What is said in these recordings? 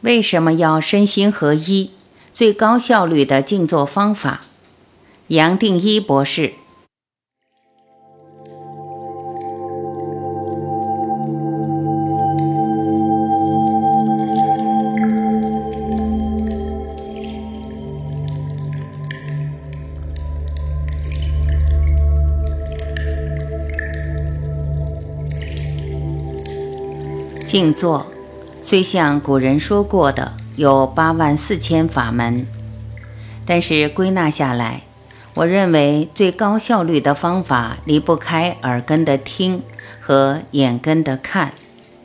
为什么要身心合一？最高效率的静坐方法。杨定一博士。静坐虽像古人说过的有84000法门，但是归纳下来，我认为最高效率的方法离不开耳根的听和眼根的看。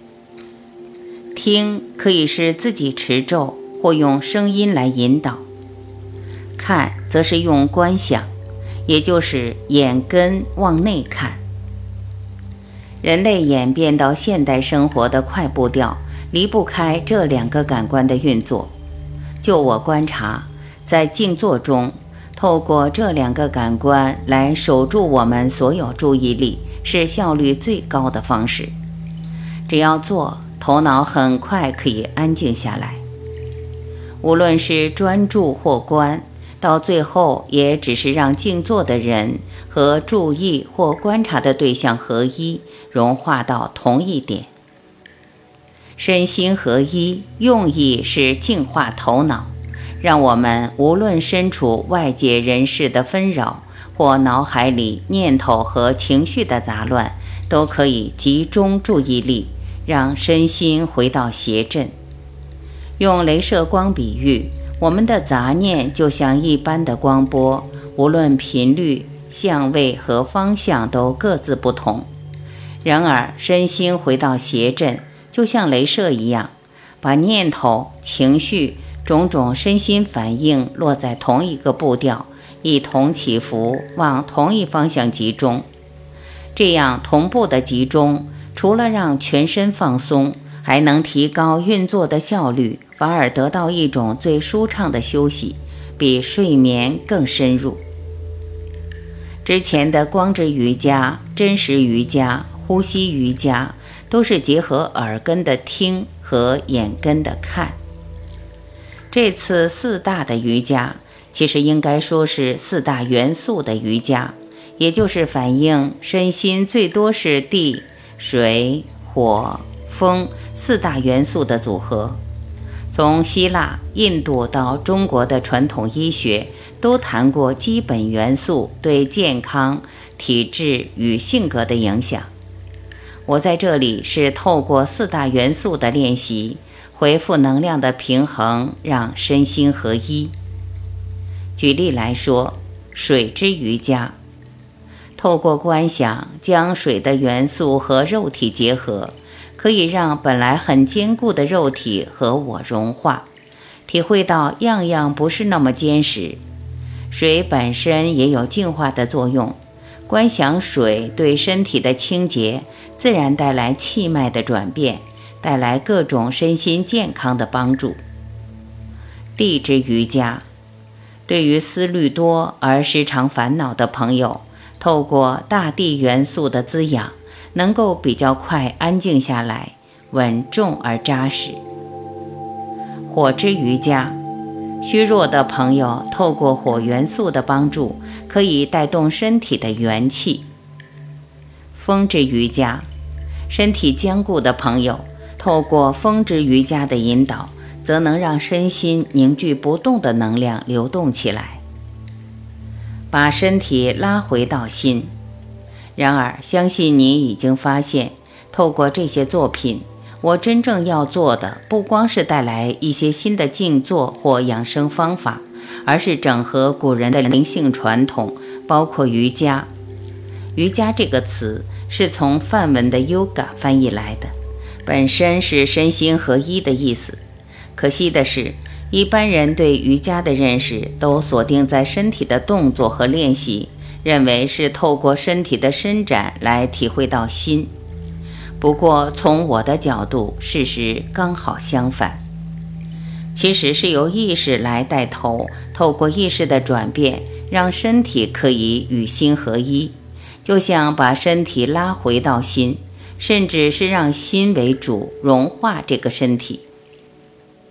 听可以是自己持咒或用声音来引导，看则是用观想，也就是眼根往内看。人类演变到现代生活的快步调，离不开这2个感官的运作。就我观察，在静坐中，透过这2个感官来守住我们所有注意力，是效率最高的方式。只要做，头脑很快可以安静下来。无论是专注或观，到最后也只是让静坐的人和注意或观察的对象合一，融化到同一点。身心合一，用意是净化头脑，让我们无论身处外界人事的纷扰，或脑海里念头和情绪的杂乱，都可以集中注意力，让身心回到谐振。用雷射光比喻，我们的杂念就像一般的光波，无论频率、相位和方向都各自不同。然而身心回到谐振，就像雷射一样，把念头、情绪、种种身心反应落在同一个步调，一同起伏，往同一方向集中。这样同步的集中，除了让全身放松，还能提高运作的效率，反而得到一种最舒畅的休息，比睡眠更深入。之前的光之瑜伽、真实瑜伽、呼吸瑜伽都是结合耳根的听和眼根的看。这次4大的瑜伽，其实应该说是4大元素的瑜伽，也就是反映身心最多是地、水、火、风4大元素的组合。从希腊、印度到中国的传统医学，都谈过基本元素对健康、体质与性格的影响。我在这里是透过4大元素的练习，恢复能量的平衡，让身心合一。举例来说，水之瑜伽，透过观想将水的元素和肉体结合，可以让本来很坚固的肉体和我融化，体会到样样不是那么坚实。水本身也有净化的作用，观想水对身体的清洁，自然带来气脉的转变，带来各种身心健康的帮助。地之瑜伽，对于思虑多而时常烦恼的朋友，透过大地元素的滋养，能够比较快安静下来，稳重而扎实。火之瑜伽，虚弱的朋友透过火元素的帮助，可以带动身体的元气。风之瑜伽，身体坚固的朋友透过风之瑜伽的引导，则能让身心凝聚不动的能量流动起来，把身体拉回到心。然而相信你已经发现，透过这些作品，我真正要做的不光是带来一些新的静坐或养生方法，而是整合古人的灵性传统，包括瑜伽。瑜伽这个词是从梵文的 yoga 翻译来的，本身是身心合一的意思。可惜的是，一般人对瑜伽的认识都锁定在身体的动作和练习，认为是透过身体的伸展来体会到心。不过从我的角度，事实刚好相反。其实是由意识来带头，透过意识的转变，让身体可以与心合一，就像把身体拉回到心，甚至是让心为主，融化这个身体。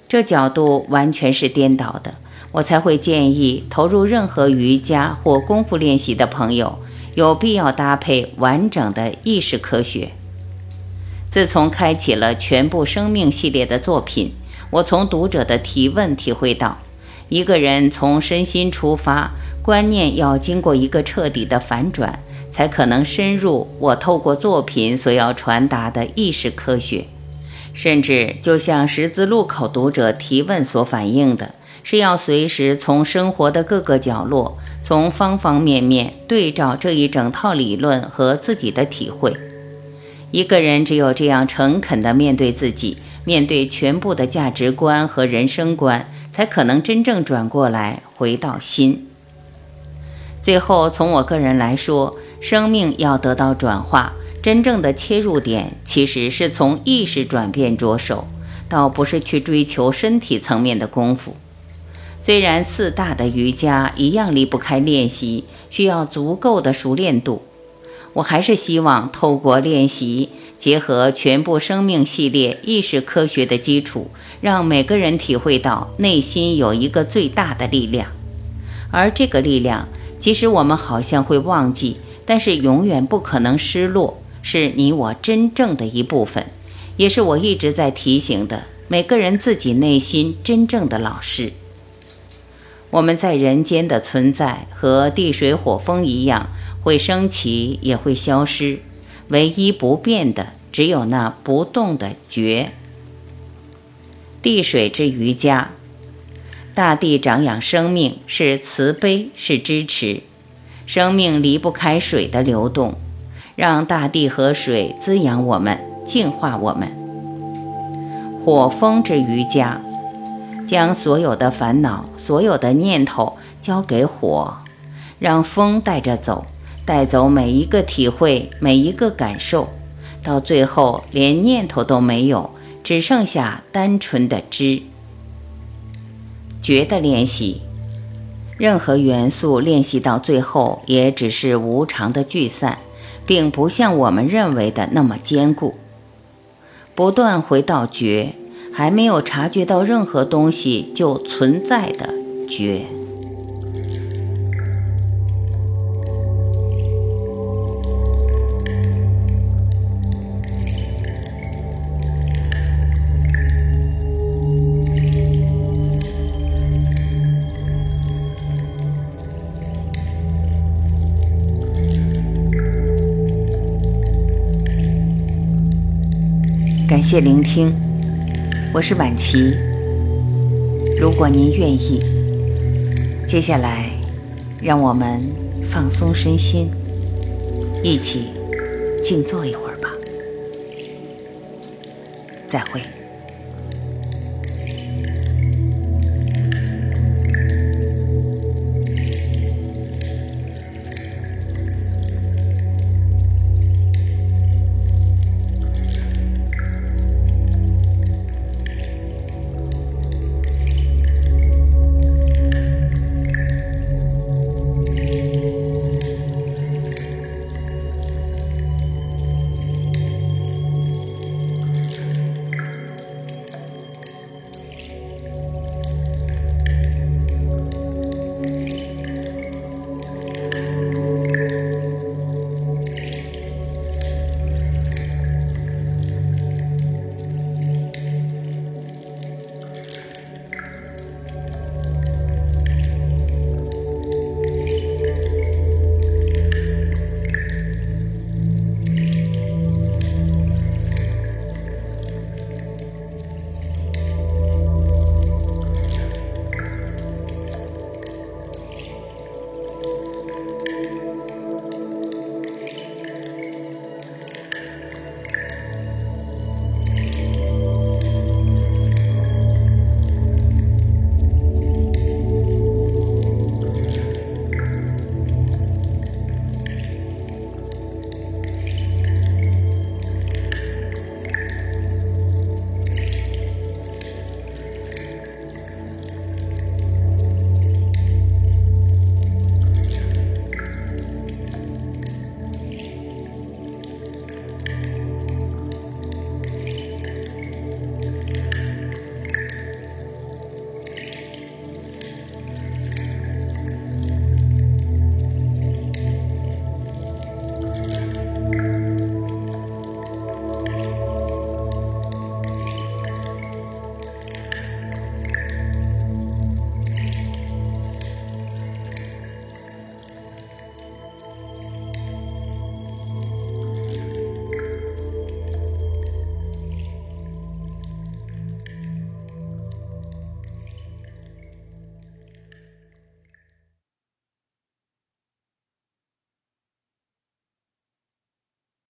这角度完全是颠倒的，我才会建议投入任何瑜伽或功夫练习的朋友，有必要搭配完整的意识科学。自从开启了全部生命系列的作品，我从读者的提问体会到，一个人从身心出发，观念要经过一个彻底的反转，才可能深入我透过作品所要传达的意识科学。甚至就像十字路口读者提问所反映的，是要随时从生活的各个角落，从方方面面对照这一整套理论和自己的体会。一个人只有这样诚恳地面对自己，面对全部的价值观和人生观，才可能真正转过来回到心。最后，从我个人来说，生命要得到转化，真正的切入点其实是从意识转变着手，倒不是去追求身体层面的功夫。虽然4大的瑜伽一样离不开练习，需要足够的熟练度，我还是希望透过练习，结合全部生命系列意识科学的基础，让每个人体会到内心有一个最大的力量。而这个力量，其实我们好像会忘记，但是永远不可能失落，是你我真正的一部分，也是我一直在提醒的，每个人自己内心真正的老师。我们在人间的存在和地水火风一样，会升起也会消失，唯一不变的只有那不动的觉。地水之瑜伽，大地长养生命，是慈悲，是支持。生命离不开水的流动，让大地和水滋养我们，净化我们。火风之瑜伽，将所有的烦恼，所有的念头交给火，让风带着走，带走每一个体会，每一个感受，到最后连念头都没有，只剩下单纯的知。觉的练习，任何元素练习到最后也只是无常的聚散，并不像我们认为的那么坚固。不断回到觉，还没有察觉到任何东西就存在的觉。感谢聆听，我是婉琪。如果您愿意，接下来让我们放松身心，一起静坐一会儿吧。再会。